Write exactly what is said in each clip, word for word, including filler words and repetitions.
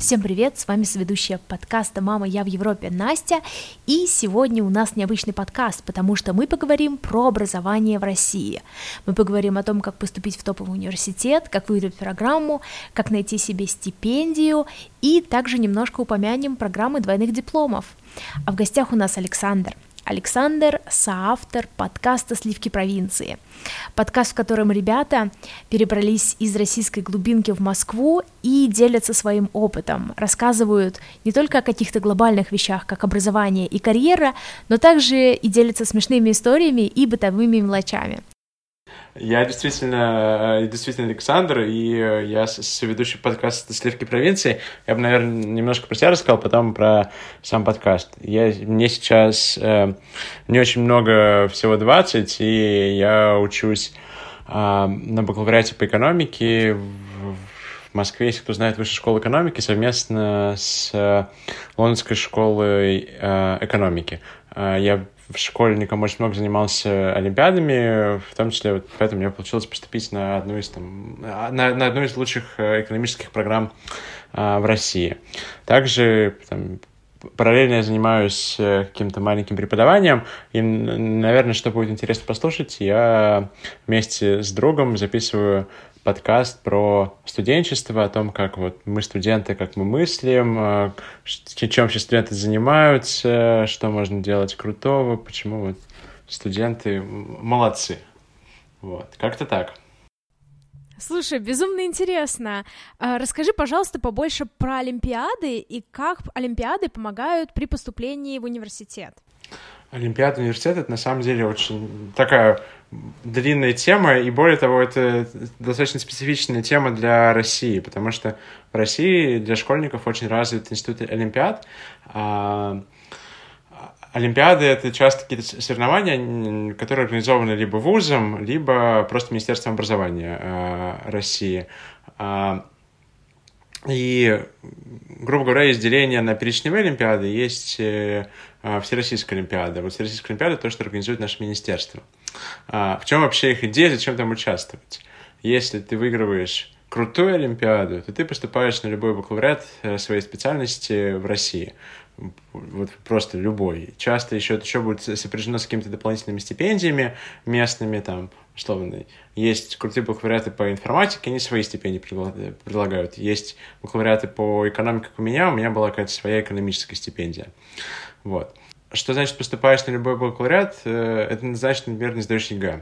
Всем привет, с вами соведущая подкаста «Мама, я в Европе» Настя, и сегодня у нас необычный подкаст, потому что мы поговорим про образование в России. Мы поговорим о том, как поступить в топовый университет, как выбрать программу, как найти себе стипендию, и также немножко упомянем программы двойных дипломов. А в гостях у нас Александр. Александр — соавтор подкаста «Сливки провинции». Подкаст, в котором ребята перебрались из российской глубинки в Москву и делятся своим опытом, рассказывают не только о каких-то глобальных вещах, как образование и карьера, но также и делятся смешными историями и бытовыми мелочами. Я действительно, действительно Александр, и я соведущий подкаста «Сливки провинции». Я бы, наверное, немножко про себя рассказал, потом про сам подкаст. Я, мне сейчас э, не очень много, всего двадцать, и я учусь э, на бакалавриате по экономике в, в Москве, если кто знает, Высшая школа экономики, совместно с э, Лондонской школой э, экономики. Э, я в школе никому очень много занимался олимпиадами, в том числе вот поэтому у меня получилось поступить на одну из, там, на, на одну из лучших экономических программ а, в России. Также там, параллельно я занимаюсь каким-то маленьким преподаванием, и, наверное, что будет интересно послушать, я вместе с другом записываю подкаст про студенчество, о том, как вот мы студенты, как мы мыслим, чем вообще студенты занимаются, что можно делать крутого, почему вот студенты молодцы. Вот, как-то так. Слушай, безумно интересно. Расскажи, пожалуйста, побольше про олимпиады и как олимпиады помогают при поступлении в университет. Олимпиада, университет — это на самом деле очень такая длинная тема, и более того, это достаточно специфичная тема для России, потому что в России для школьников очень развит институт олимпиад. А олимпиады — это часто какие-то соревнования, которые организованы либо вузом, либо просто Министерством образования России. И, грубо говоря, есть деление на перечневые олимпиады, есть Всероссийская олимпиада. Вот Всероссийская олимпиада — то, что организует наше министерство. В чем вообще их идея, зачем там участвовать? Если ты выигрываешь крутую олимпиаду, то ты поступаешь на любой бакалавриат своей специальности в России. Вот просто любой. Часто еще это еще будет сопряжено с какими-то дополнительными стипендиями местными, там, условно. Есть крутые бакалавриаты по информатике, они свои стипендии предлагают. Есть бакалавриаты по экономике, как у меня, у меня была какая-то своя экономическая стипендия. Вот. Что значит поступаешь на любой бакалавриат? Это значит, например, не сдаешь ЕГЭ.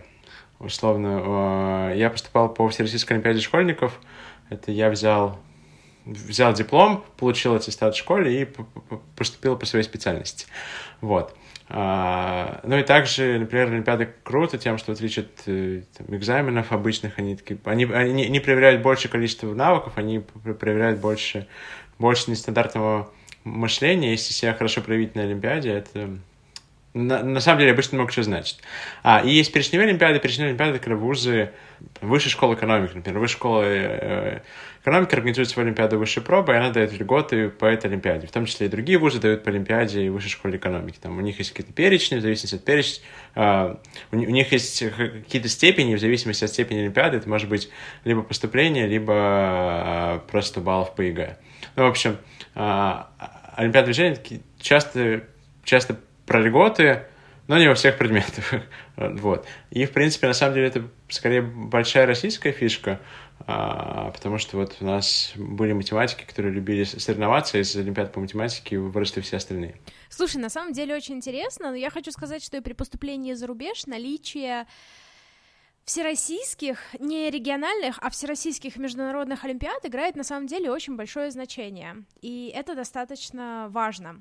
Условно, я поступал по Всероссийской олимпиаде школьников. Это я взял, взял диплом, получил аттестат в школе и поступил по своей специальности. Вот. Ну и также, например, олимпиады круто тем, что в отличие от там, экзаменов обычных, они, они, они не проверяют большее количество навыков, они проверяют больше, больше нестандартного мышления. Если себя хорошо проявить на олимпиаде, это на, на самом деле обычно много чего значит. А, и есть перечневые олимпиады. Перечневые олимпиады, когда вузы, Высшая школа экономики, например, Высшая школа э, экономики организует свою олимпиаду высшей пробы, и она дает льготы по этой олимпиаде. В том числе и другие вузы дают по олимпиаде и Высшей школе экономики. Там у них есть какие-то перечни, в зависимости от перечня. Э, у, у них есть какие-то степени, в зависимости от степени олимпиады. Это может быть либо поступление, либо э, просто баллов по ЕГЭ. Ну, в общем, э, олимпиады движения часто, часто про льготы, но не во всех предметах. Вот. И, в принципе, на самом деле, это скорее большая российская фишка, а, потому что вот у нас были математики, которые любили соревноваться, из олимпиад по математике выросли все остальные. Слушай, на самом деле очень интересно, но я хочу сказать, что и при поступлении за рубеж наличие всероссийских, не региональных, а всероссийских международных олимпиад играет на самом деле очень большое значение, и это достаточно важно.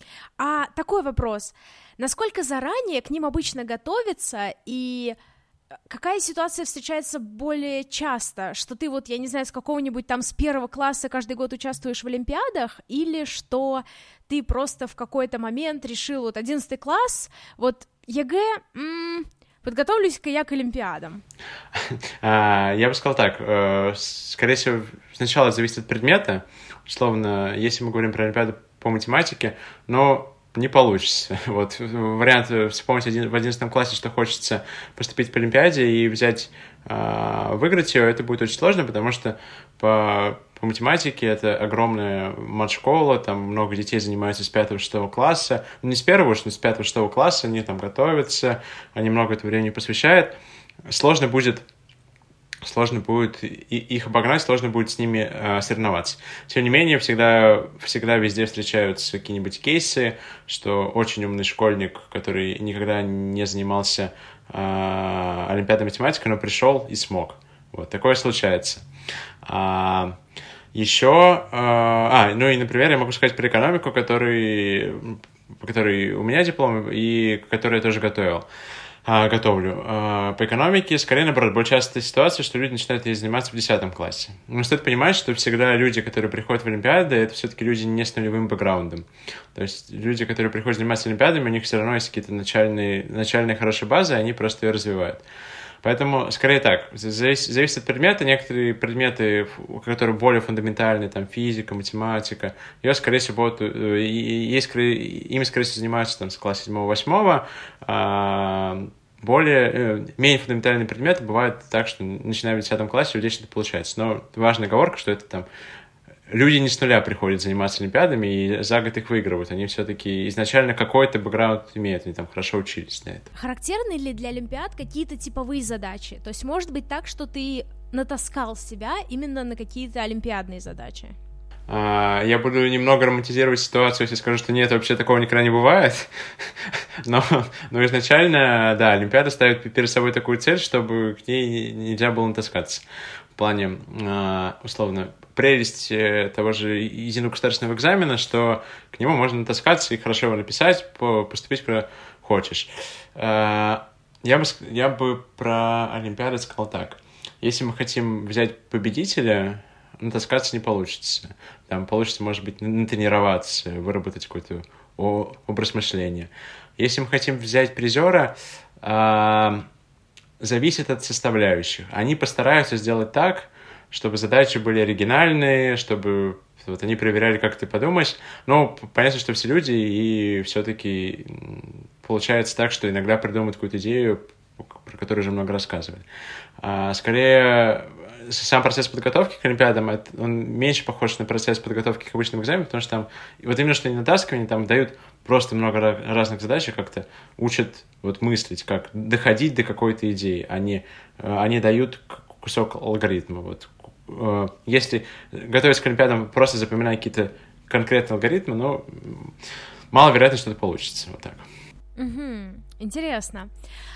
А такой вопрос, насколько заранее к ним обычно готовятся, и какая ситуация встречается более часто, что ты вот, я не знаю, с какого-нибудь там с первого класса каждый год участвуешь в олимпиадах, или что ты просто в какой-то момент решил, вот одиннадцатый класс, вот ЕГЭ, м- подготовлюсь-ка я к олимпиадам? Я бы сказал так, скорее всего, сначала зависит от предмета, условно, если мы говорим про олимпиаду по математике, но не получится. Вот вариант вспомнить один, в одиннадцатом классе, что хочется поступить по олимпиаде и взять, э, выиграть ее, это будет очень сложно, потому что по по математике это огромная мат-школа, там много детей занимаются с пятого-шестого класса. Ну, не с первого, но с пятого-шестого класса, они там готовятся, они много этого времени посвящают. Сложно будет сложно будет и, их обогнать, сложно будет с ними э, соревноваться. Тем не менее, всегда, всегда везде встречаются какие-нибудь кейсы, что очень умный школьник, который никогда не занимался э, олимпиадой математики, но пришел и смог. Вот, такое случается. А, еще, э, а, ну и, например, я могу сказать про экономику, который, по которой у меня диплом и который я тоже готовил. готовлю. По экономике, скорее, наоборот, более частая ситуация, что люди начинают ей заниматься в десятом классе. Но стоит понимать, что всегда люди, которые приходят в Олимпиады, это все-таки люди не с нулевым бэкграундом. То есть люди, которые приходят заниматься Олимпиадами, у них все равно есть какие-то начальные, начальные хорошие базы, они просто ее развивают. Поэтому, скорее так, зависит, зависит от предмета. Некоторые предметы, которые более фундаментальные, там, физика, математика, ее, скорее всего, будут, и, и, скорее, ими, скорее всего, занимаются там, с класса седьмого-восьмого. А более, менее фундаментальные предметы бывают так, что начиная в десятом классе у людей что-то получается. Но важная оговорка, что это там люди не с нуля приходят заниматься олимпиадами и за год их выигрывают. Они все-таки изначально какой-то бэкграунд имеют, они там хорошо учились на это. Характерны ли для олимпиад какие-то типовые задачи? То есть может быть так, что ты натаскал себя именно на какие-то олимпиадные задачи? А, я буду немного романтизировать ситуацию, если скажу, что нет, вообще такого никогда не бывает. но, но изначально, да, олимпиада ставит перед собой такую цель, чтобы к ней нельзя было натаскаться. В плане, условно, прелесть того же единого государственного экзамена, что к нему можно натаскаться и хорошо его написать, поступить куда хочешь. Я бы, я бы про Олимпиаду сказал так. Если мы хотим взять победителя, натаскаться не получится. Там получится, может быть, натренироваться, выработать какой-то образ мышления. Если мы хотим взять призера, зависит от составляющих. Они постараются сделать так, чтобы задачи были оригинальные, чтобы вот они проверяли, как ты подумаешь. Но понятно, что все люди, и все-таки получается так, что иногда придумают какую-то идею, про которую уже много рассказывали. А скорее, сам процесс подготовки к олимпиадам, он меньше похож на процесс подготовки к обычным экзаменам, потому что там, вот именно что не натаскивание, там дают просто много разных задач, и как-то учат вот мыслить, как доходить до какой-то идеи. Они, они дают кусок алгоритма. Вот. Если готовясь к олимпиадам, просто запоминай какие-то конкретные алгоритмы, но маловероятно, что это получится. Вот так. Угу. Интересно.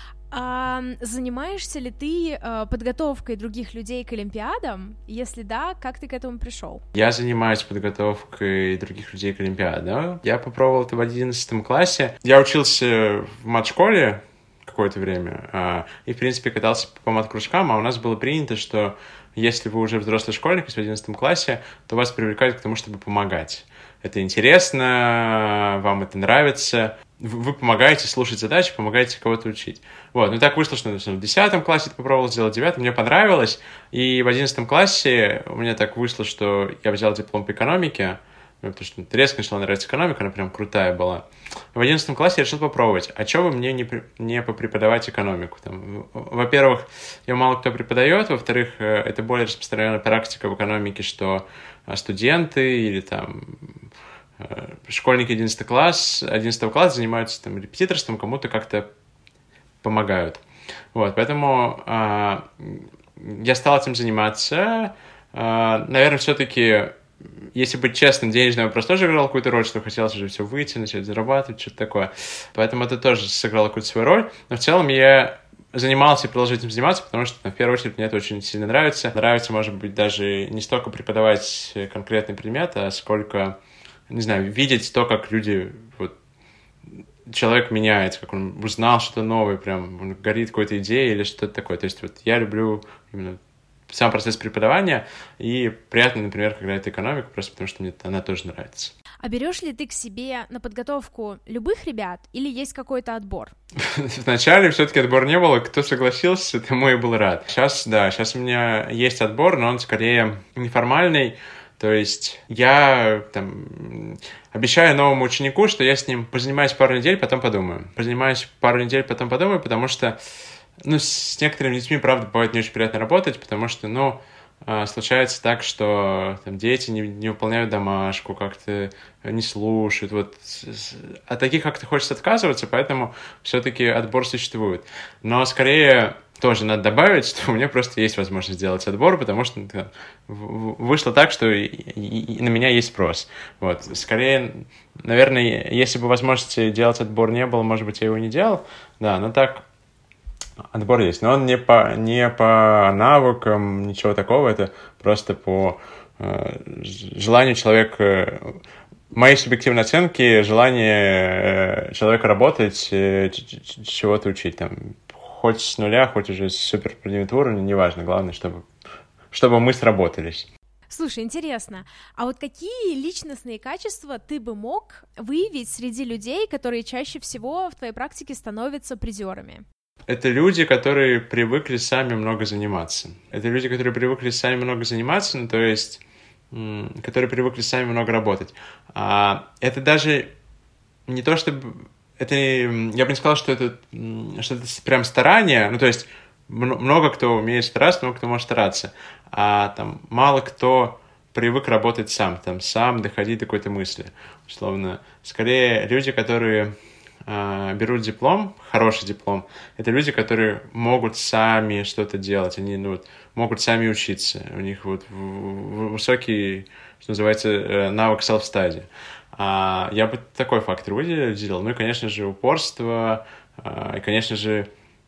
А занимаешься ли ты а, подготовкой других людей к олимпиадам? Если да, как ты к этому пришел? Я занимаюсь подготовкой других людей к олимпиадам. Я попробовал это в одиннадцатом классе. Я учился в мат-школе какое-то время а, и, в принципе, катался по мат-кружкам, а у нас было принято, что если вы уже взрослый школьник в одиннадцатом классе, то вас привлекают к тому, чтобы помогать. Это интересно, вам это нравится. Вы помогаете слушать задачи, помогаете кого-то учить. Вот. Ну, так вышло, что в десятом классе это попробовал сделать, в девятом, мне понравилось. И в одиннадцатом классе у меня так вышло, что я взял диплом по экономике, потому что резко начала нравиться экономика, она прям крутая была. В одиннадцатом классе я решил попробовать, а что бы мне не, не попреподавать экономику? Там, во-первых, ее мало кто преподает, во-вторых, это более распространенная практика в экономике, что студенты или там школьники одиннадцатого класса, одиннадцатого класса занимаются там репетиторством, кому-то как-то помогают. Вот, поэтому э, я стал этим заниматься. Э, наверное, все-таки, если быть честным, денежный вопрос тоже играл какую-то роль, что хотелось уже все выйти, начать зарабатывать, что-то такое. Поэтому это тоже сыграло какую-то свою роль. Но в целом я занимался и продолжаю этим заниматься, потому что, в первую очередь, мне это очень сильно нравится. Нравится, может быть, даже не столько преподавать конкретный предмет, а сколько, не знаю, видеть то, как люди, вот, человек меняется, как он узнал что-то новое, прям он горит какой-то идеей или что-то такое. То есть вот я люблю именно сам процесс преподавания, и приятно, например, когда это экономика, просто потому что мне она тоже нравится. А берешь ли ты к себе на подготовку любых ребят или есть какой-то отбор? Вначале все-таки отбора не было, кто согласился, тому и был рад. Сейчас, да, сейчас у меня есть отбор, но он скорее неформальный. То есть я там обещаю новому ученику, что я с ним позанимаюсь пару недель, потом подумаю. Позанимаюсь пару недель, потом подумаю, потому что, ну, с некоторыми детьми, правда, бывает не очень приятно работать, потому что, ну, а, случается так, что там, дети не, не выполняют домашку, как-то не слушают. Вот. От таких как-то хочется отказываться, поэтому все-таки отбор существует. Но скорее тоже надо добавить, что у меня просто есть возможность сделать отбор, потому что ну, вышло так, что и, и, и на меня есть спрос. Вот. Скорее, наверное, если бы возможности делать отбор не было, может быть, я его не делал. Да, но так отбор есть. Но он не по, не по навыкам, ничего такого. Это просто по э, желанию человека, моей субъективной оценки, желание э, человека работать, э, чего-то учить. Там, хоть с нуля, хоть уже с супер продвинутого уровня, неважно. Главное, чтобы, чтобы мы сработались. Слушай, интересно, а вот какие личностные качества ты бы мог выявить среди людей, которые чаще всего в твоей практике становятся призерами? Это люди, которые привыкли сами много заниматься. Это люди, которые привыкли сами много заниматься, ну, то есть, м- которые привыкли сами много работать. А, это даже не то, чтобы... Это, я бы не сказал, что это, что это прям старание, ну, то есть, много кто умеет стараться, много кто может стараться, а там мало кто привык работать сам, там, сам доходить до какой-то мысли, условно. Скорее, люди, которые э, берут диплом, хороший диплом, это люди, которые могут сами что-то делать, они ну, вот, могут сами учиться, у них вот высокий, что называется, навык self-study. А я бы такой фактор выделил. Ну и, конечно же, упорство, и, конечно же,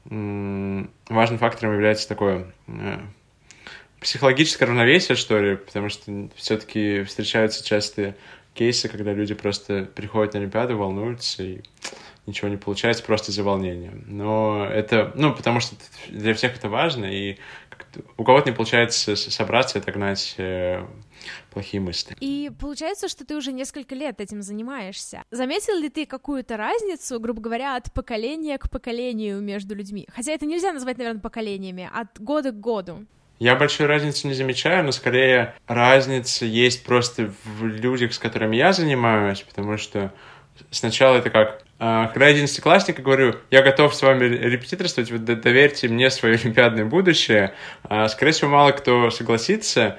важным фактором является такое психологическое равновесие, что ли, потому что все-таки встречаются часто кейсы, когда люди просто приходят на Олимпиаду, волнуются, и ничего не получается просто из-за волнения. Но это, ну, потому что для всех это важно, и у кого-то не получается собраться и отогнать э, плохие мысли. И получается, что ты уже несколько лет этим занимаешься. Заметил ли ты какую-то разницу, грубо говоря, от поколения к поколению между людьми? Хотя это нельзя назвать, наверное, поколениями, от года к году. Я большой разницы не замечаю, но скорее разница есть просто в людях, с которыми я занимаюсь, потому что сначала это как... Когда я одиннадцатиклассник, говорю, я готов с вами репетиторствовать, вы доверьте мне свое олимпиадное будущее. Скорее всего, мало кто согласится,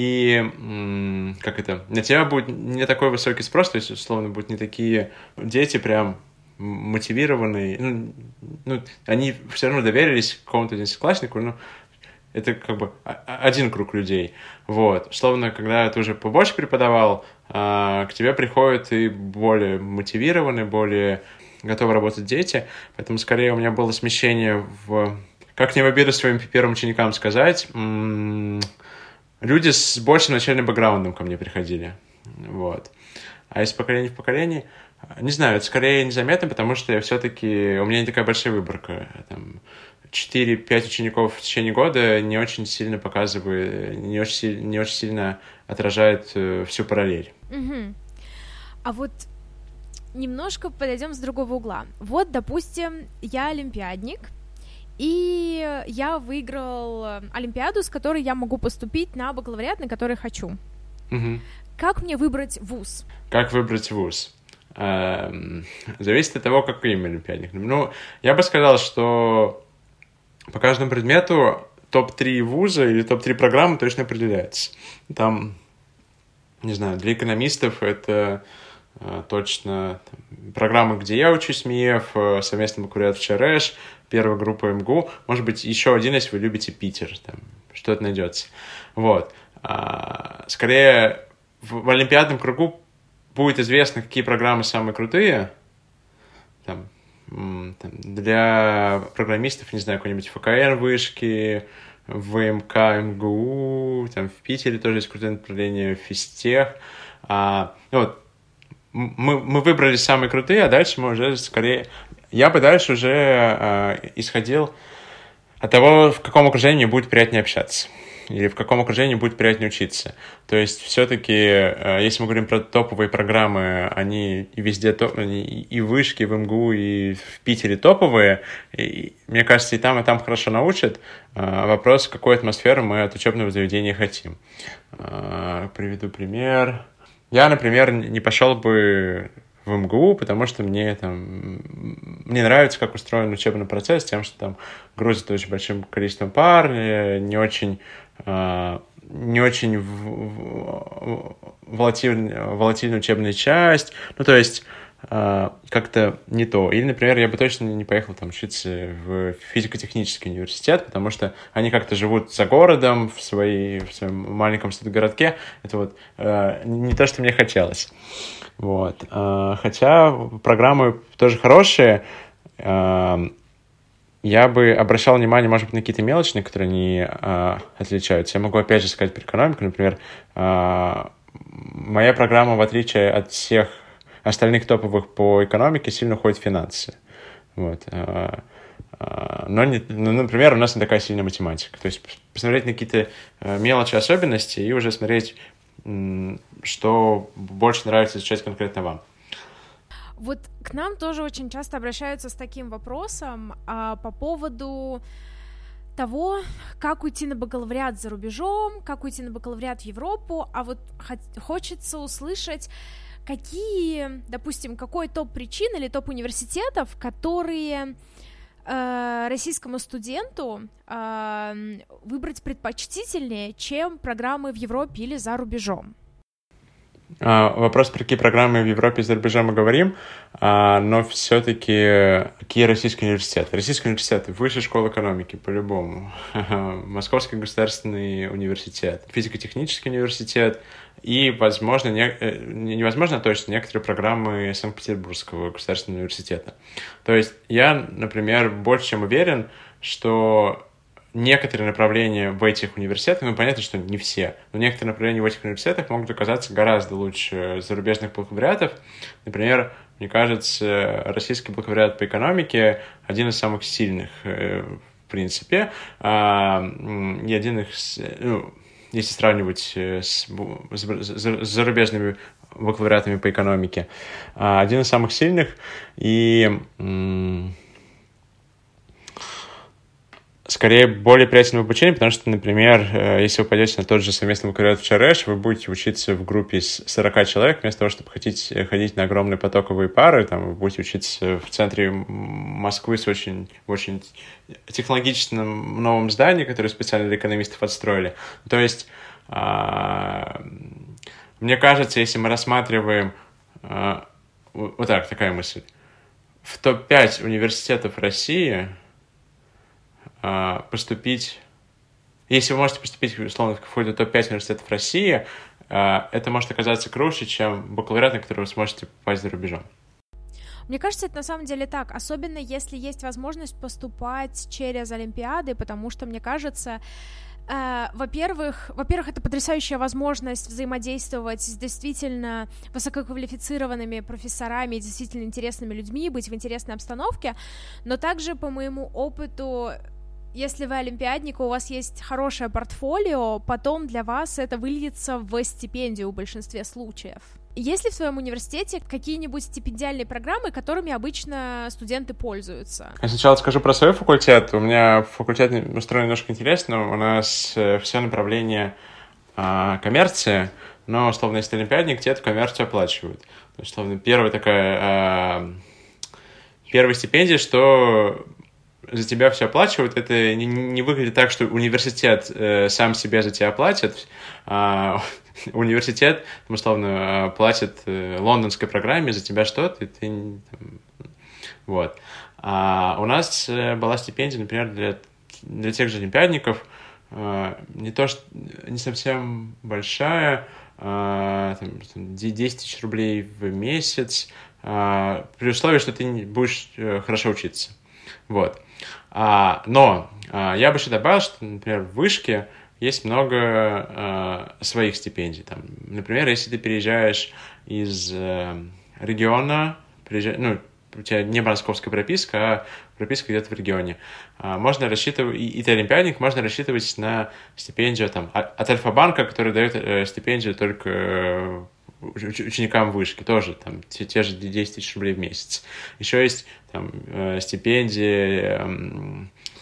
и как это, на тебя будет не такой высокий спрос, то есть, условно, будут не такие дети прям мотивированные. Ну, ну, они все равно доверились какому-то одиннадцатикласснику, ну, это как бы один круг людей. Вот. Словно, когда ты уже побольше преподавал, к тебе приходят и более мотивированные, более готовы работать дети. Поэтому, скорее, у меня было смещение в... Как не в обиду своим первым ученикам сказать, люди с большим начальным бэкграундом ко мне приходили. Вот. А из поколения в поколение... Не знаю, это скорее незаметно, потому что я все-таки... У меня не такая большая выборка. Там... четыре-пять учеников в течение года не очень сильно показывает, не очень, не очень сильно отражает всю параллель. Угу. А вот немножко подойдем с другого угла. Вот, допустим, я олимпиадник, и я выиграл олимпиаду, с которой я могу поступить на бакалавриат, на который хочу. Угу. Как мне выбрать вуз? Как выбрать вуз? Зависит от того, какой именно олимпиадник. Ну, я бы сказал, что по каждому предмету топ три вуза или топ три программы точно определяется. Там, не знаю, для экономистов это э, точно там, программа, где я учусь, МИЭФ, совместный бакалавриат в ЧРЭШ, первая группа МГУ. Может быть, еще один, если вы любите Питер, там что-то найдется. Вот. А, скорее, в, в олимпиадном кругу будет известно, какие программы самые крутые. Там, для программистов, не знаю, какой-нибудь ФКР вышки, ВМК, МГУ, там в Питере тоже есть крутое направление, физтех. А, вот, мы, мы выбрали самые крутые, а дальше мы уже скорее... Я бы дальше уже а, исходил от того, в каком окружении мне будет приятнее общаться. Или в каком окружении будет приятнее учиться. То есть все-таки, если мы говорим про топовые программы, они и везде топовые, и в вышке, и в МГУ, и в Питере топовые. И, мне кажется, и там, и там хорошо научат. Вопрос, какую атмосферу мы от учебного заведения хотим. Приведу пример. Я, например, не пошел бы в МГУ, потому что мне там мне нравится, как устроен учебный процесс, тем, что там грузят очень большим количеством пар, не очень э, не очень в, в, волатильная, волатильная учебная часть, ну, то есть э, как-то не то. Или, например, я бы точно не поехал там учиться в физико-технический университет, потому что они как-то живут за городом, в, своей, в своем маленьком городке. Это вот э, не то, что мне хотелось. Вот. Э, хотя программы тоже хорошие, э, я бы обращал внимание, может быть, на какие-то мелочи, на которые они э, отличаются. Я могу опять же сказать про экономику. Например, э, моя программа, в отличие от всех остальных топовых по экономике, сильно уходит в финансы. Вот. Э, э, но, не, ну, например, у нас не такая сильная математика. То есть посмотреть на какие-то э, мелочи, особенности и уже смотреть, э, что больше нравится изучать конкретно вам. Вот к нам тоже очень часто обращаются с таким вопросом а, по поводу того, как уйти на бакалавриат за рубежом, как уйти на бакалавриат в Европу, а вот хочется услышать, какие, допустим, какой топ причин или топ университетов, которые э, российскому студенту э, выбрать предпочтительнее, чем программы в Европе или за рубежом. Вопрос, про какие программы в Европе и за рубежом мы говорим, но все-таки какие российские университеты? Российские университеты, Высшая школа экономики, по-любому, Московский государственный университет, физико-технический университет и, возможно, не, невозможно, а точно, некоторые программы Санкт-Петербургского государственного университета. То есть я, например, больше чем уверен, что некоторые направления в этих университетах, ну, понятно, что не все, но некоторые направления в этих университетах могут оказаться гораздо лучше зарубежных бакалавриатов. Например, мне кажется, российский бакалавриат по экономике один из самых сильных, в принципе, и один из, ну, если сравнивать с, с, с зарубежными бакалавриатами по экономике, один из самых сильных, и скорее более приятное обучение, потому что, например, если вы пойдете на тот же совместный бакалавриат в ЧРЭШ, вы будете учиться в группе из сорока человек, вместо того, чтобы ходить, ходить на огромные потоковые пары, там, вы будете учиться в центре Москвы с очень, очень технологичным новым зданием, которое специально для экономистов отстроили. То есть, мне кажется, если мы рассматриваем, вот так, такая мысль, в топ пять университетов России поступить, если вы можете поступить, условно, в какой-то топ пять университетов России, это может оказаться круче, чем бакалавриат, на который вы сможете попасть за рубежом. Мне кажется, это на самом деле так, особенно если есть возможность поступать через олимпиады, потому что, мне кажется, Uh, во-первых, во-первых, это потрясающая возможность взаимодействовать с действительно высококвалифицированными профессорами и действительно интересными людьми, быть в интересной обстановке, но также, по моему опыту, если вы олимпиадник, у вас есть хорошее портфолио, потом для вас это выльется в стипендию в большинстве случаев. Есть ли в своем университете какие-нибудь стипендиальные программы, которыми обычно студенты пользуются? Я сначала скажу про свой факультет. У меня факультет устроен немножко интересно. У нас все направления а, коммерция, но, условно, если олимпиадник, тебе эту коммерцию оплачивают. То есть, условно, первая такая... А, первая стипендия, что за тебя все оплачивают, это не, не выглядит так, что университет э, сам себе за тебя платит, а университет, там, условно, платит э, лондонской программе за тебя что-то, и ты... Там, вот. А у нас э, была стипендия, например, для, для тех же олимпиадников, э, не то, что не совсем большая, э, там, десять тысяч рублей в месяц, э, при условии, что ты будешь э, хорошо учиться. Вот. А, но а, я бы еще добавил, что, например, в вышке есть много а, своих стипендий. Там, например, если ты переезжаешь из а, региона, переезжаешь, ну, у тебя не московская прописка, а прописка где-то в регионе, а, можно рассчитывать, и, и ты олимпиадник, можно рассчитывать на стипендию там, от Альфа-банка, который дает э, стипендию только э, ученикам вышки, тоже там те, те же десять тысяч рублей в месяц. Еще есть там э, стипендии, э,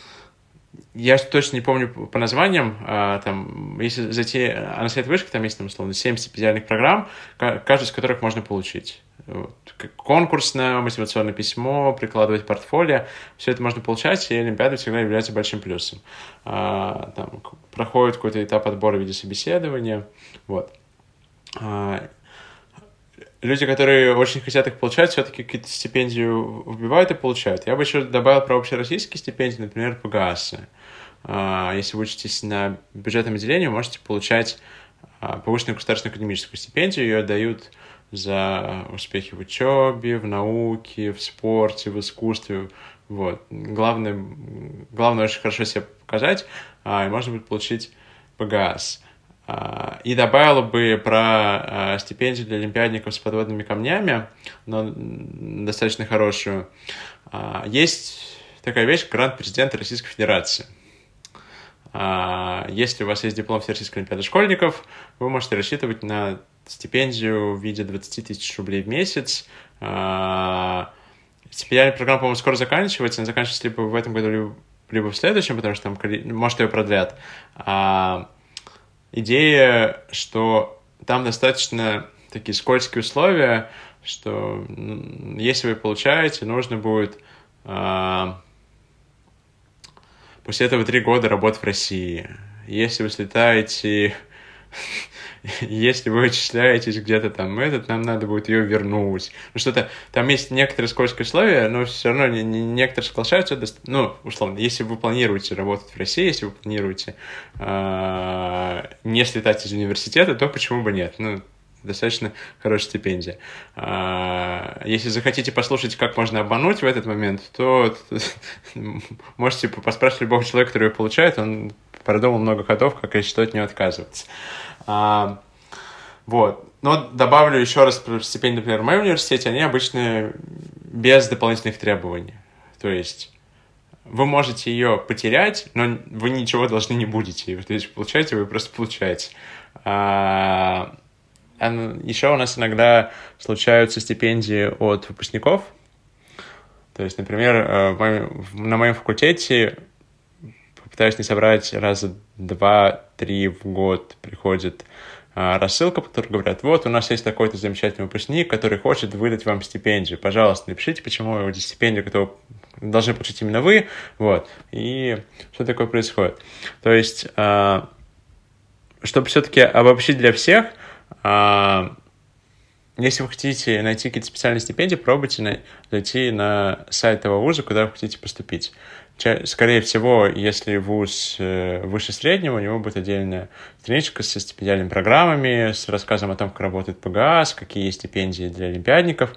я точно не помню по названиям, э, там, если зайти на сайт вышки, там есть, там, условно, семь стипендиальных программ, каждую из которых можно получить. конкурсное, мотивационное письмо, прикладывать портфолио. Все это можно получать, и Олимпиада всегда является большим плюсом. А, там, проходит какой-то этап отбора в виде собеседования. Вот. А, люди, которые очень хотят их получать, все-таки какие-то стипендии вбивают и получают. Я бы еще добавил про общероссийские стипендии, например, ПГАСы. А, если вы учитесь на бюджетном отделении, вы можете получать повышенную государственную академическую стипендию. Ее дают за успехи в учебе, в науке, в спорте, в искусстве. Вот. Главное, главное очень хорошо себя показать, и можно будет получить ПГАС. И добавила бы про стипендию для олимпиадников с подводными камнями, но достаточно хорошую. Есть такая вещь — грант президента Российской Федерации. Если у вас есть диплом Всероссийской олимпиады школьников, вы можете рассчитывать на стипендию в виде двадцать тысяч рублей в месяц. Стипендиальная программа, по-моему, скоро заканчивается. Она заканчивается либо в этом году, либо в следующем, потому что там, может, ее продлят. А идея, что там достаточно такие скользкие условия, что если вы получаете, нужно будет а, после этого три года работать в России. Если вы слетаете, если вы вычисляетесь где-то там этот, нам надо будет ее вернуть. Ну что-то, там есть некоторые скользкие условия, но все равно не, не, некоторые соглашаются. Ну, условно, если вы планируете работать в России, если вы планируете э, не слетать из университета, то почему бы нет? Ну, достаточно хорошая стипендия. А, если захотите послушать, как можно обмануть в этот момент, то можете поспрашивать любого человека, который ее получает, он продумал много ходов, как решить от нее отказываться. А, вот. Но добавлю еще раз про стипендии, например, в моем университете, они обычно без дополнительных требований. То есть вы можете ее потерять, но вы ничего должны не будете. То есть получаете, вы просто получаете. А, еще у нас иногда случаются стипендии от выпускников. То есть, например, на моем факультете, пытаюсь не собрать, раза два-три в год приходит рассылка, по которой говорят: вот, у нас есть такой-то замечательный выпускник, который хочет выдать вам стипендию. Пожалуйста, напишите, почему вы стипендию, которую должны получить именно вы. Вот. И что такое происходит. То есть, чтобы все-таки обобщить для всех, если вы хотите найти какие-то специальные стипендии, пробуйте зайти на сайт того вуза, куда вы хотите поступить. Скорее всего, если вуз выше среднего, у него будет отдельная страничка со стипендиальными программами, с рассказом о том, как работает ПГАС, какие есть стипендии для олимпиадников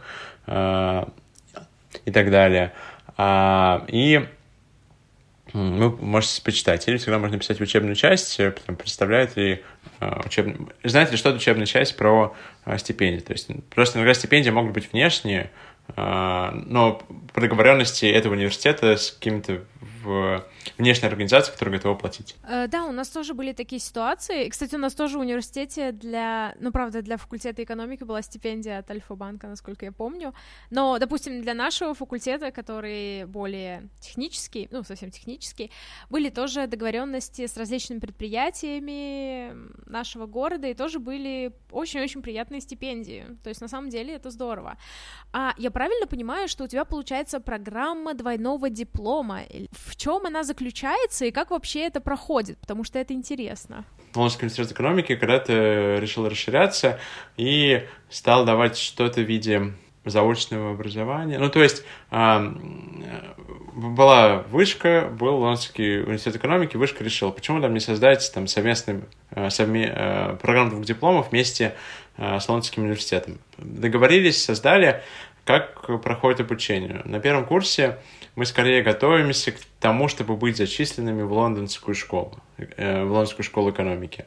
и так далее. И вы можете почитать. Или всегда можно писать в учебную часть, потом представляет ли учеб... знаете ли что-то учебная часть про стипендии. То есть просто иногда стипендии могут быть внешние, но по договоренности этого университета с какими-то в внешней организацией, которая готова платить. Да, у нас тоже были такие ситуации. И, кстати, у нас тоже в университете для, ну, правда, для факультета экономики была стипендия от Альфа-банка, насколько я помню. Но, допустим, для нашего факультета, который более технический, ну, совсем технический, были тоже договоренности с различными предприятиями нашего города, и тоже были очень-очень приятные стипендии. То есть, на самом деле, это здорово. А я правильно понимаю, что у тебя получается программа двойного диплома? В чем она заключается и как вообще это проходит? Потому что это интересно. Лондонский университет экономики когда-то решил расширяться и стал давать что-то в виде заочного образования. Ну, то есть была вышка, был Лондонский университет экономики, вышка решила, почему нам не создать там совместную совме, программу двух дипломов вместе с Лондонским университетом. Договорились, создали. Как проходит обучение? На первом курсе мы скорее готовимся к тому, чтобы быть зачисленными в лондонскую школу, в лондонскую школу экономики.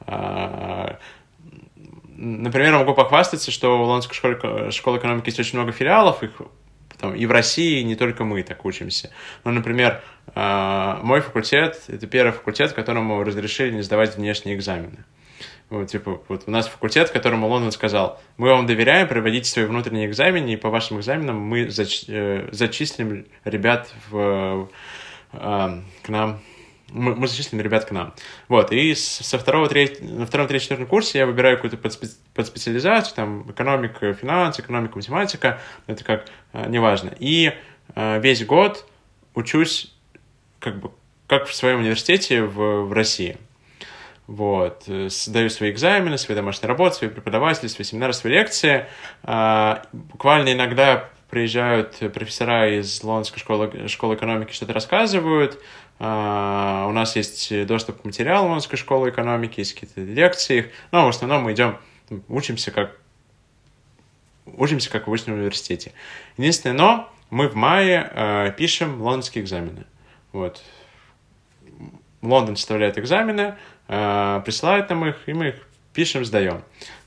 Например, могу похвастаться, что в лондонской школе, школе экономики есть очень много филиалов, их там, и в России не только мы так учимся. Ну, например, мой факультет — это первый факультет, которому разрешили не сдавать внешние экзамены. Вот, типа, вот у нас факультет, которому Лондон сказал: мы вам доверяем, проводите свои внутренние экзамены, и по вашим экзаменам мы зач, э, зачислим ребят в, э, к нам мы, мы зачислим ребят к нам. Вот, и со второго, треть, на втором, третьем, четвертом курсе я выбираю какую-то подспе- подспециализацию, там, экономика, финансы, экономика, математика, это как, э, неважно. И э, весь год учусь, как бы, как в своем университете в, в России. Вот, сдаю свои экзамены, свои домашние работы, свои преподаватели, свои семинары, свои лекции. Э, буквально иногда приезжают профессора из Лондонской школы, школы экономики, что-то рассказывают. Uh, у нас есть доступ к материалу Лондонской школы экономики, есть какие-то лекции. Но в основном мы идем, учимся как, учимся как в обычном университете. Единственное, но мы в мае uh, пишем лондонские экзамены. Вот. Лондон составляет экзамены, uh, присылает нам их, и мы их пишем, сдаем.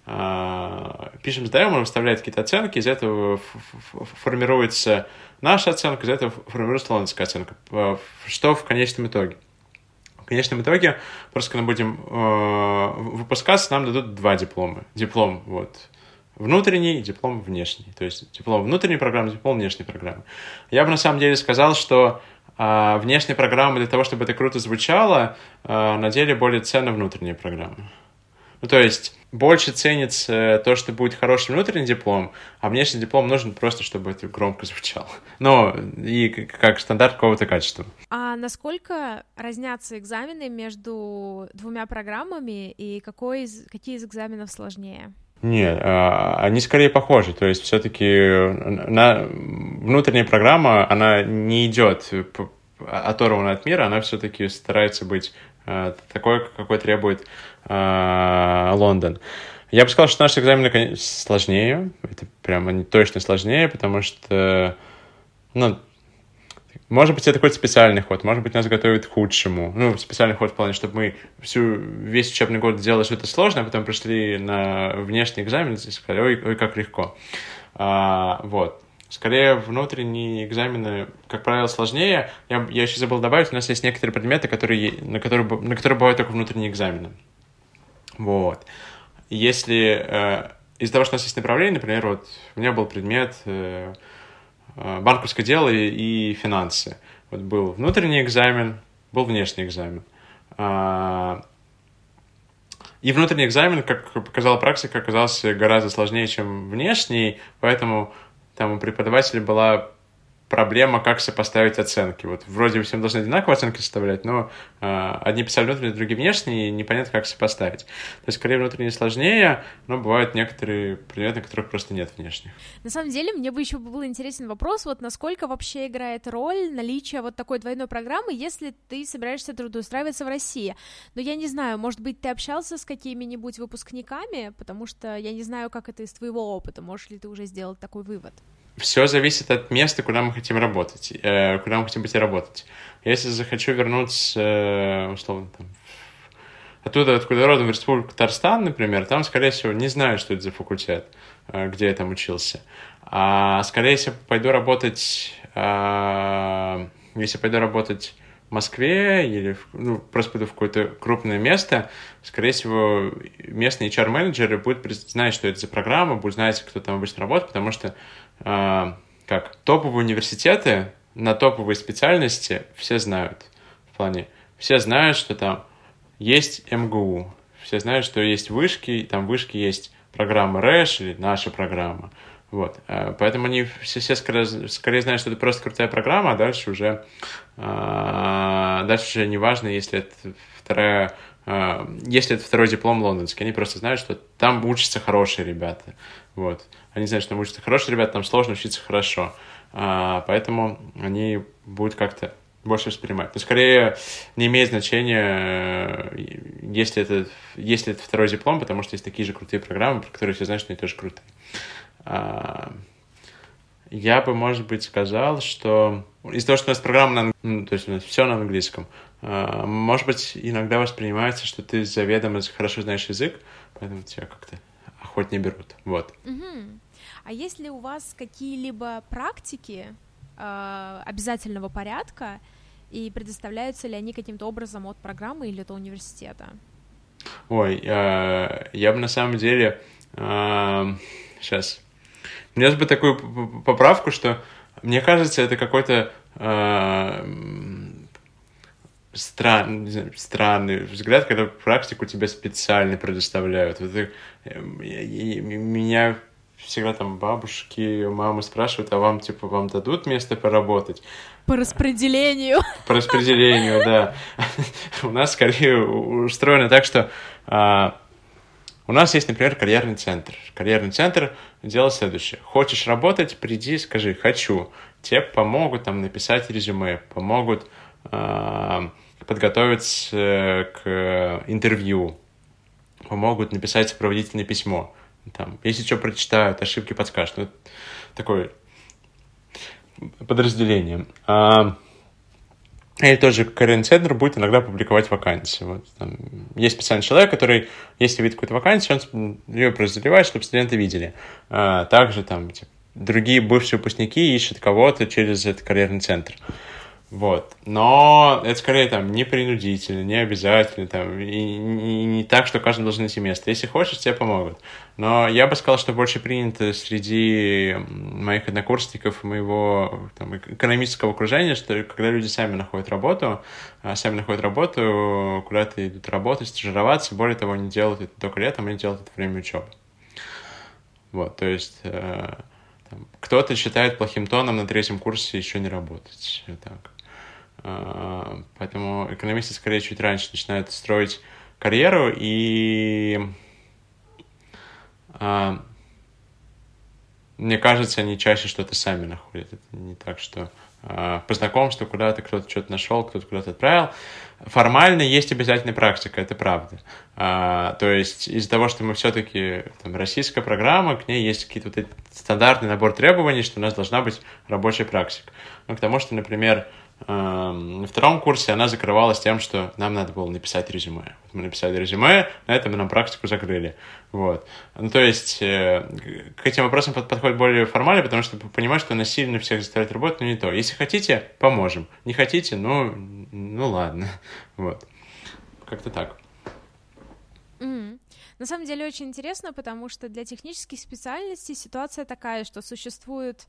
Uh, пишем, сдаем, он выставляет какие-то оценки, из этого формируется наша оценка, из этого формируется лондонская оценка. Что в конечном итоге? В конечном итоге, просто когда будем э, выпускаться, нам дадут два диплома. Диплом вот, внутренний и диплом внешний. То есть диплом внутренней программы, диплом внешней программы. Я бы на самом деле сказал, что э, внешняя программа для того, чтобы это круто звучало, э, на деле более ценна внутренняя программа. Ну, то есть больше ценится то, что будет хороший внутренний диплом, а внешний диплом нужен просто, чтобы это громко звучало. Ну, и как стандарт какого-то качества. А насколько разнятся экзамены между двумя программами, и какой из, какие из экзаменов сложнее? Нет, они скорее похожи. То есть все-таки на... внутренняя программа, она не идет оторвана от мира, она все-таки старается быть такой, какой требует Лондон. Я бы сказал, что наши экзамены, конечно, сложнее. Это прям они точно сложнее, потому что, ну, может быть, это какой-то специальный ход, может быть, нас готовят к худшему. Ну, специальный ход в плане, чтобы мы всю, весь учебный год делали что-то сложное, а потом пришли на внешний экзамен и сказали, ой, ой, как легко. А, вот. Скорее, внутренние экзамены, как правило, сложнее. Я, я еще забыл добавить, у нас есть некоторые предметы, которые, на, которые, на которые бывают только внутренние экзамены. Вот. Если э, из-за того, что у нас есть направление, например, вот у меня был предмет э, банковское дело и, и финансы. Вот был внутренний экзамен, был внешний экзамен. А, и внутренний экзамен, как показала практика, оказался гораздо сложнее, чем внешний, поэтому там у преподавателя была проблема, как сопоставить оценки. Вот вроде бы всем должны одинаковые оценки составлять, но э, одни писали внутренние, другие внешние, и непонятно, как сопоставить. То есть, скорее, внутренние сложнее, но бывают некоторые предметы, которых просто нет внешних. На самом деле, мне бы еще был интересен вопрос, вот насколько вообще играет роль наличие вот такой двойной программы, если ты собираешься трудоустраиваться в России. Но я не знаю, может быть, ты общался с какими-нибудь выпускниками, потому что я не знаю, как это из твоего опыта, можешь ли ты уже сделать такой вывод? Все зависит от места, куда мы хотим работать, э, куда мы хотим пойти работать. Если захочу вернуться, э, условно, там, оттуда, откуда родом, в Республику Татарстан, например, там, скорее всего, не знаю, что это за факультет, э, где я там учился. А скорее всего, пойду работать, э, если пойду работать в Москве или ну, просто пойду в какое-то крупное место, скорее всего, местные эйч ар-менеджеры будут знать, что это за программа, будут знать, кто там обычно работает, потому что Uh, как топовые университеты на топовые специальности все знают. В плане, все знают, что там есть эм гэ у, все знают, что есть вышки, там в вышке есть программа рэш или наша программа. Вот. Uh, поэтому они все, все скорее, скорее знают, что это просто крутая программа, а дальше уже, uh, дальше уже не важно, если это вторая, uh, если это второй диплом лондонский. Они просто знают, что там учатся хорошие ребята. Вот. Они знают, что там учатся хорошие ребята, там сложно учиться хорошо. А, поэтому они будут как-то больше воспринимать. Но скорее не имеет значения, если это, если это второй диплом, потому что есть такие же крутые программы, про которые все знают, что они тоже крутые. А, я бы, может быть, сказал, что из-за того, что у нас программа, на, ну, то есть у нас все на английском, а, может быть, иногда воспринимается, что ты заведомо хорошо знаешь язык, поэтому тебя как-то охотнее берут. Вот. Угу. А есть ли у вас какие-либо практики э, обязательного порядка, и предоставляются ли они каким-то образом от программы или от университета? Ой, э, я бы на самом деле... Э, сейчас. Мне бы такую поправку, что мне кажется, это какой-то... Э, Стран, не знаю, странный взгляд, когда практику тебе специально предоставляют. Вот, и, и, и, меня всегда там бабушки, мамы спрашивают, а вам, типа, вам дадут место поработать? По распределению. По распределению, да. У нас скорее устроено так, что а, у нас есть, например, карьерный центр. Карьерный центр делает следующее. Хочешь работать, приди, скажи «хочу». Тебе помогут там написать резюме, помогут а, подготовиться к интервью, помогут написать сопроводительное письмо. Там, если что, прочитают, ошибки подскажут. Ну, такое подразделение. А, или тот же карьерный центр будет иногда публиковать вакансии. Вот, там, есть специальный человек, который, если видит какую-то вакансию, он ее просто заливает, чтобы студенты видели. А, также там типа, другие бывшие выпускники ищут кого-то через этот карьерный центр. Вот. Но это скорее там не принудительно, не обязательно, там, и, и не так, что каждый должен найти место. Если хочешь, тебе помогут. Но я бы сказал, что больше принято среди моих однокурсников, моего там, экономического окружения, что когда люди сами находят работу, сами находят работу, куда-то идут работать, стажироваться, более того, они делают это только летом, они делают это во время учебы. Вот, то есть э, там, кто-то считает плохим тоном на третьем курсе еще не работать. Вот так. Поэтому экономисты скорее чуть раньше начинают строить карьеру, и а, мне кажется, они чаще что-то сами находят. Это не так, что а, по знакомству куда-то кто-то что-то нашел, кто-то куда-то отправил. Формально есть обязательная практика, это правда. А, то есть из-за того, что мы все-таки там, российская программа, к ней есть какие-то вот эти стандартный набор требований, что у нас должна быть рабочая практика. Ну, к тому, что, например, на втором курсе она закрывалась тем, что нам надо было написать резюме. Вот мы написали резюме, на этом мы нам практику закрыли. Вот. Ну, то есть э, к этим вопросам подходит более формально, потому что понимаю, что насильно всех заставлять работать, но не то. Если хотите, поможем. Не хотите, ну, ну ладно. Вот. Как-то так. Mm. На самом деле очень интересно, потому что для технических специальностей ситуация такая, что существует,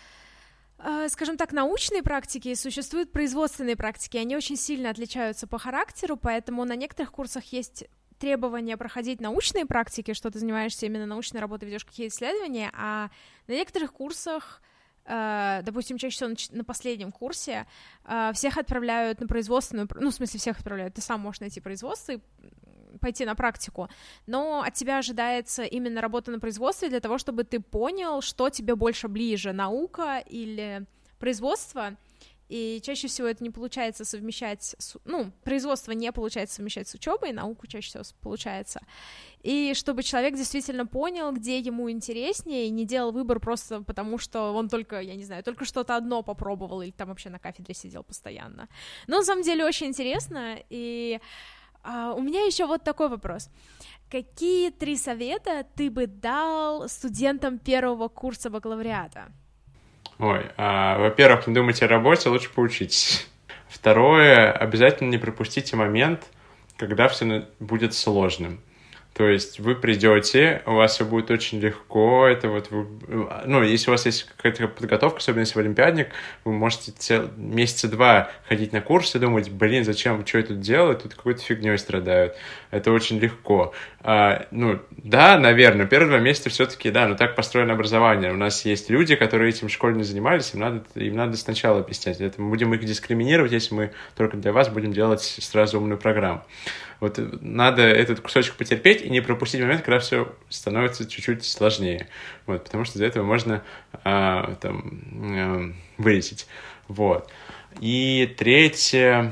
скажем так, научные практики и существуют производственные практики. Они очень сильно отличаются по характеру, поэтому на некоторых курсах есть требование проходить научные практики, что ты занимаешься именно научной работой, ведешь какие-то исследования, а на некоторых курсах, допустим, чаще всего на последнем курсе, всех отправляют на производственную, ну, в смысле, всех отправляют, ты сам можешь найти производство и пойти на практику, но от тебя ожидается именно работа на производстве для того, чтобы ты понял, что тебе больше ближе, наука или производство, и чаще всего это не получается совмещать, с, ну, производство не получается совмещать с учебой, науку чаще всего получается, и чтобы человек действительно понял, где ему интереснее, и не делал выбор просто потому, что он только, я не знаю, только что-то одно попробовал, или там вообще на кафедре сидел постоянно. Но на самом деле очень интересно, и Uh, у меня еще вот такой вопрос. Какие три совета ты бы дал студентам первого курса бакалавриата? Ой, а, во-первых, не думайте о работе, лучше поучитесь. Второе, обязательно не пропустите момент, когда все будет сложным. То есть вы придете, у вас все будет очень легко, это вот вы, ну, если у вас есть какая-то подготовка, особенно если вы олимпиадник, вы можете цел, месяца два ходить на курсы и думать, блин, зачем, что я тут делаю, тут какой-то фигней страдают. Это очень легко. А, ну, да, наверное, первые два месяца все-таки, да, но так построено образование. У нас есть люди, которые этим в школе не занимались, им надо, им надо сначала объяснять. Это мы будем их дискриминировать, если мы только для вас будем делать сразу умную программу. Вот надо этот кусочек потерпеть и не пропустить момент, когда все становится чуть-чуть сложнее. Вот, потому что из-за этого можно а, там, а, вылететь. Вот. И третье,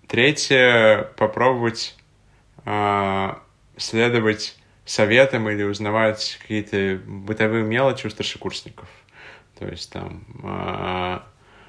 третье попробовать а, следовать советам или узнавать какие-то бытовые мелочи у старшекурсников. То есть там... А,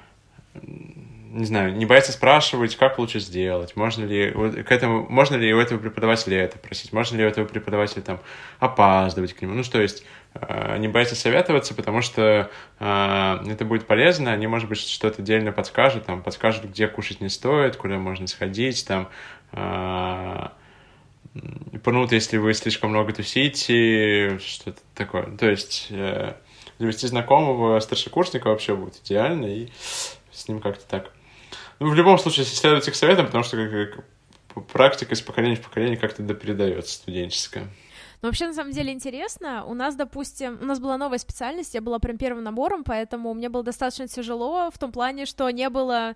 не знаю, не бояться спрашивать, как лучше сделать, можно ли к этому, можно ли у этого преподавателя это просить, можно ли у этого преподавателя там опаздывать к нему, ну, что есть, не бояться советоваться, потому что э, это будет полезно, они, может быть, что-то отдельно подскажут, там, подскажут, где кушать не стоит, куда можно сходить, там, э, пнут, если вы слишком много тусите, что-то такое, то есть э, завести знакомого старшекурсника вообще будет идеально, и с ним как-то так Ну, в любом случае, следовать их советам, потому что как, как, практика из поколения в поколение как-то передается студенческая. Но вообще, на самом деле, интересно. У нас, допустим, у нас была новая специальность, я была прям первым набором, поэтому мне было достаточно тяжело в том плане, что не было,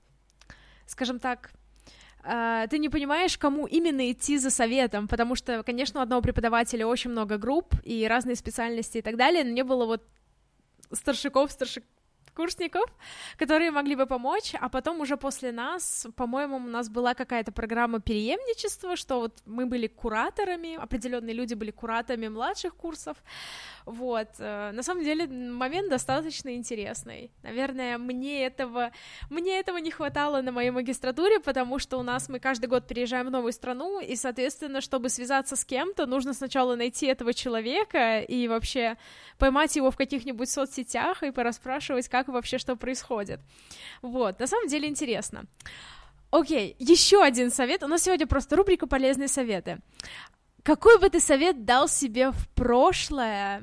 скажем так, Uh, ты не понимаешь, кому именно идти за советом, потому что, конечно, у одного преподавателя очень много групп и разные специальности и так далее, но не было вот старшаков, старшекурсников, которые могли бы помочь, а потом уже после нас, по-моему, у нас была какая-то программа преемничества, что вот мы были кураторами, определенные люди были кураторами младших курсов, вот, на самом деле момент достаточно интересный, наверное, мне этого, мне этого не хватало на моей магистратуре, потому что у нас мы каждый год переезжаем в новую страну, и, соответственно, чтобы связаться с кем-то, нужно сначала найти этого человека и вообще поймать его в каких-нибудь соцсетях и порасспрашивать, как вообще что происходит, вот, на самом деле интересно. Окей, еще один совет, у нас сегодня просто рубрика «Полезные советы». Какой бы ты совет дал себе в прошлое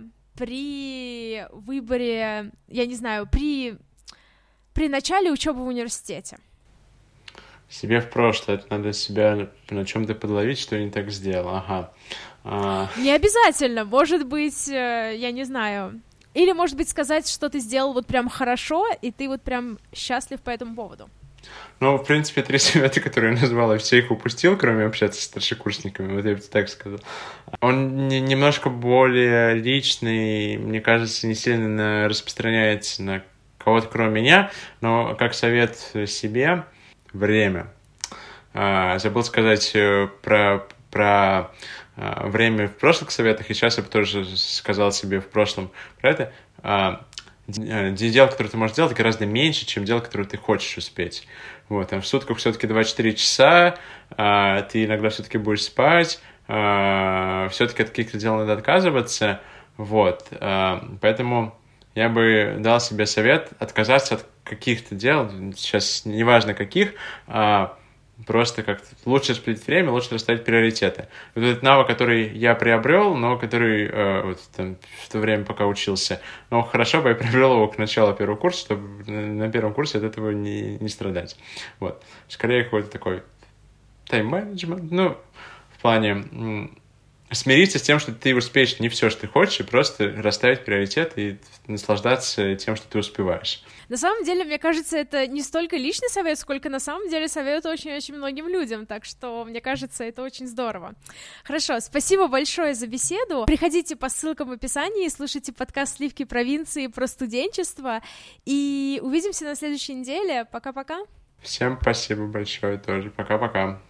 при выборе, я не знаю, при, при начале учебы в университете? Себе в прошлое, это надо себя на чем-то подловить, что я не так сделал, ага. А... Не обязательно, может быть, я не знаю, или, может быть, сказать, что ты сделал вот прям хорошо, и ты вот прям счастлив по этому поводу. Ну, в принципе, три совета, которые я назвал, я все их упустил, кроме общаться с старшекурсниками, вот я бы так сказал. Он не, немножко более личный, мне кажется, не сильно распространяется на кого-то, кроме меня, но как совет себе — время. А, забыл сказать про, про а, время в прошлых советах, и сейчас я бы тоже сказал себе в прошлом про это. А, дел, которые ты можешь делать, гораздо меньше, чем дел, которые ты хочешь успеть. Вот, там в сутках все-таки двадцать четыре часа, а, ты иногда все-таки будешь спать, а, все-таки от каких-то дел надо отказываться, вот, а, поэтому я бы дал себе совет отказаться от каких-то дел, сейчас неважно каких, а, просто как-то лучше распределить время, лучше расставить приоритеты. Вот этот навык, который я приобрел, но который э, вот, там, в то время, пока учился, но хорошо бы я приобрел его к началу первого курса, чтобы на первом курсе от этого не, не страдать. Вот. Скорее, какой-то такой тайм-менеджмент, ну, в плане м- смириться с тем, что ты успеешь не все, что ты хочешь, и просто расставить приоритеты и наслаждаться тем, что ты успеваешь. На самом деле, мне кажется, это не столько личный совет, сколько на самом деле совет очень-очень многим людям, так что, мне кажется, это очень здорово. Хорошо, спасибо большое за беседу. Приходите по ссылкам в описании, слушайте подкаст «Сливки провинции» про студенчество, и увидимся на следующей неделе. Пока-пока. Всем спасибо большое тоже. Пока-пока.